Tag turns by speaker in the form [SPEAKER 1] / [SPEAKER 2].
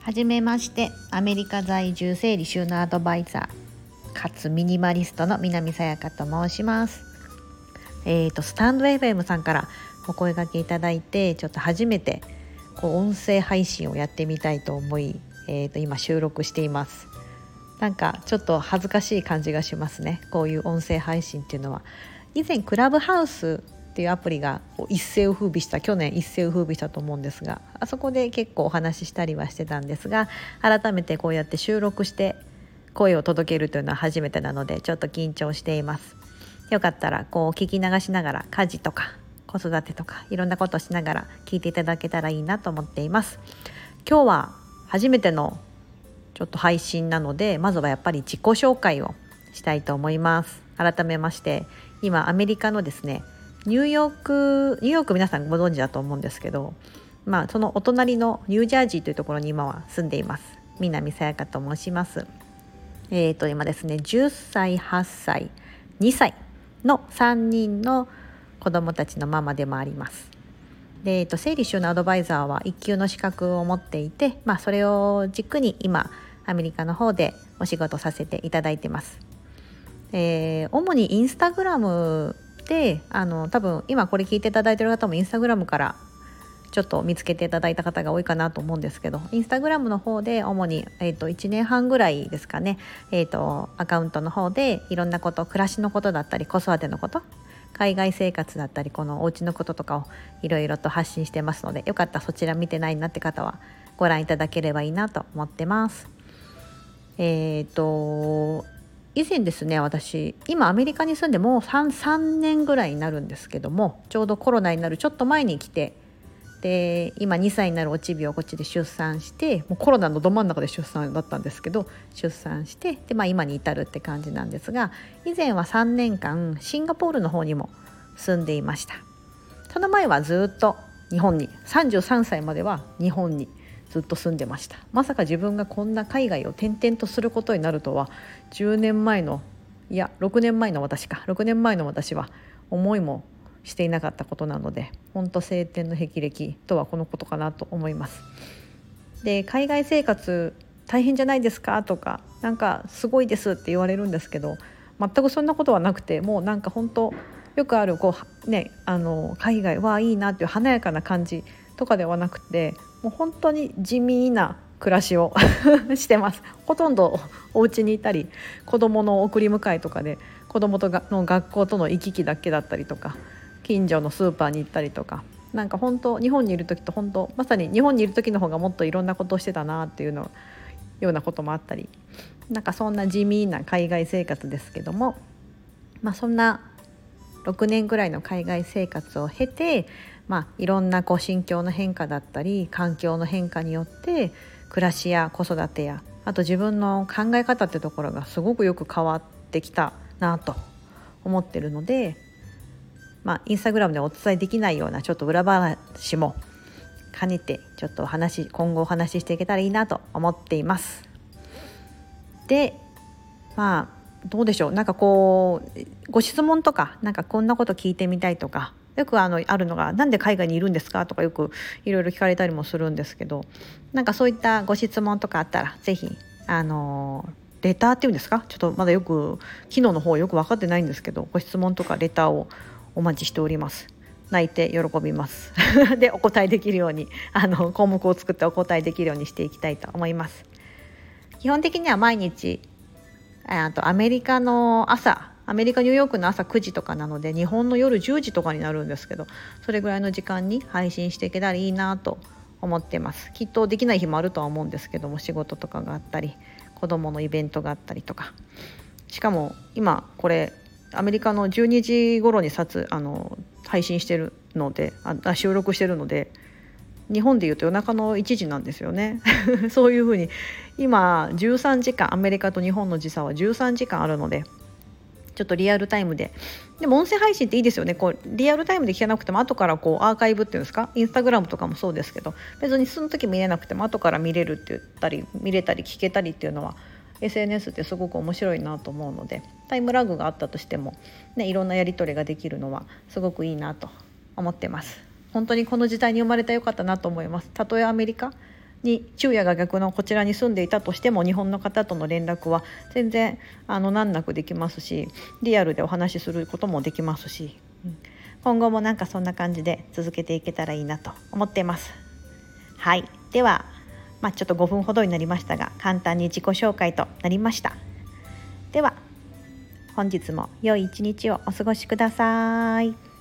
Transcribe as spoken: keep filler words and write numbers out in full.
[SPEAKER 1] はじめまして、アメリカ在住整理収納アドバイザーかつミニマリストの南さやかと申します。えーとスタンド エフエム さんからお声掛けいただいて、ちょっと初めてこう音声配信をやってみたいと思い、えーと今収録しています。なんかちょっと恥ずかしい感じがしますね。こういう音声配信っていうのは、以前クラブハウスっていうアプリが一世を風靡した去年一世を風靡したと思うんですが、あそこで結構お話ししたりはしてたんですが、改めてこうやって収録して声を届けるというのは初めてなので、ちょっと緊張しています。よかったらこう聞き流しながら家事とか子育てとかいろんなことをしながら聞いていただけたらいいなと思っています。今日は初めてのちょっと配信なので、まずはやっぱり自己紹介をしたいと思います。改めまして、今アメリカのですねニューヨークニューヨーク皆さんご存知だと思うんですけど、まあそのお隣のニュージャージーというところに今は住んでいます。南さやかと申します。えーと今ですねじゅっさい、はっさい、にさいのさんにんの子どもたちのママでもあります。で、えーと整理収納アドバイザーはいっ級の資格を持っていて、まあそれを軸に今アメリカの方でお仕事させていただいてます。えー、主にインスタグラムで、あの多分今これ聞いていただいている方もインスタグラムからちょっと見つけていただいた方が多いかなと思うんですけど、インスタグラムの方で主に、えー、といちねんはんぐらいですかね、えー、とアカウントの方でいろんなこと、暮らしのことだったり子育てのこと、海外生活だったりこのお家のこととかをいろいろと発信してますので、よかったらそちら見てないなって方はご覧いただければいいなと思ってます。えっ、と以前ですね、私今アメリカに住んでもう 3, 3年ぐらいになるんですけども、ちょうどコロナになるちょっと前に来て、で今にさいになるおちびをこっちで出産して、もうコロナのど真ん中で出産だったんですけど、出産してで、まあ、今に至るって感じなんですが、以前はさんねんかんシンガポールの方にも住んでいました。その前はずっと日本に、さんじゅうさんさいまでは日本にずっと住んでました。まさか自分がこんな海外を転々とすることになるとは、じゅうねんまえのいやろくねんまえの私かろくねんまえの私は思いもしていなかったことなので、本当青天の霹靂とはこのことかなと思います。で、海外生活大変じゃないですかとか、なんかすごいですって言われるんですけど、全くそんなことはなくて、もうなんか本当よくあるこう、ね、あの海外はいいなっていう華やかな感じとかではなくて、もう本当に地味な暮らしをしてます。ほとんどお家にいたり、子供の送り迎えとかで子供とがの学校との行き来だけだったりとか、近所のスーパーに行ったりとか、なんか本当日本にいる時と本当まさに日本にいる時の方がもっといろんなことをしてたなっていうのようなこともあったり、なんかそんな地味な海外生活ですけども、まあそんなろくねんぐらいの海外生活を経て、まあ、いろんなこう心境の変化だったり環境の変化によって暮らしや子育てや、あと自分の考え方ってところがすごくよく変わってきたなと思ってるので、まあ、インスタグラムでお伝えできないようなちょっと裏話も兼ねて、ちょっとお話今後お話ししていけたらいいなと思っています。で、まあどうでしょう、なんかこうご質問とか、なんかこんなこと聞いてみたいとか、よくあのあるのが、なんで海外にいるんですかとかよくいろいろ聞かれたりもするんですけど、なんかそういったご質問とかあったらぜひあのレターっていうんですか、ちょっとまだよく機能の方よく分かってないんですけど、ご質問とかレターをお待ちしております。泣いて喜びますでお答えできるように、あの項目を作ってお答えできるようにしていきたいと思います。基本的には毎日あとアメリカの朝、アメリカニューヨークの朝くじとかなので、日本の夜じゅうじとかになるんですけど、それぐらいの時間に配信していけたらいいなと思ってます。きっとできない日もあるとは思うんですけども、仕事とかがあったり子供のイベントがあったりとか、しかも今これアメリカのじゅうにじ頃に撮あの配信してるのであ収録してるので、日本でいうと夜中のいちじなんですよねそういうふうに今じゅうさんじかん、アメリカと日本の時差はじゅうさんじかんあるので、ちょっとリアルタイムで、でも音声配信っていいですよね。こうリアルタイムで聞けなくても後からこうアーカイブっていうんですか、インスタグラムとかもそうですけど、別にその時見れなくても後から見れるって言ったり見れたり聞けたりっていうのは エスエヌエス ってすごく面白いなと思うので、タイムラグがあったとしても、ね、いろんなやり取りができるのはすごくいいなと思ってます。本当にこの時代に生まれたらよかったなと思います。たとえアメリカに昼夜が逆のこちらに住んでいたとしても日本の方との連絡は全然あの難なくできますし、リアルでお話しすることもできますし、うん、今後もなんかそんな感じで続けていけたらいいなと思っています。はい、では、まあ、ちょっとごふんほどになりましたが簡単に自己紹介となりました。では本日も良い一日をお過ごしください。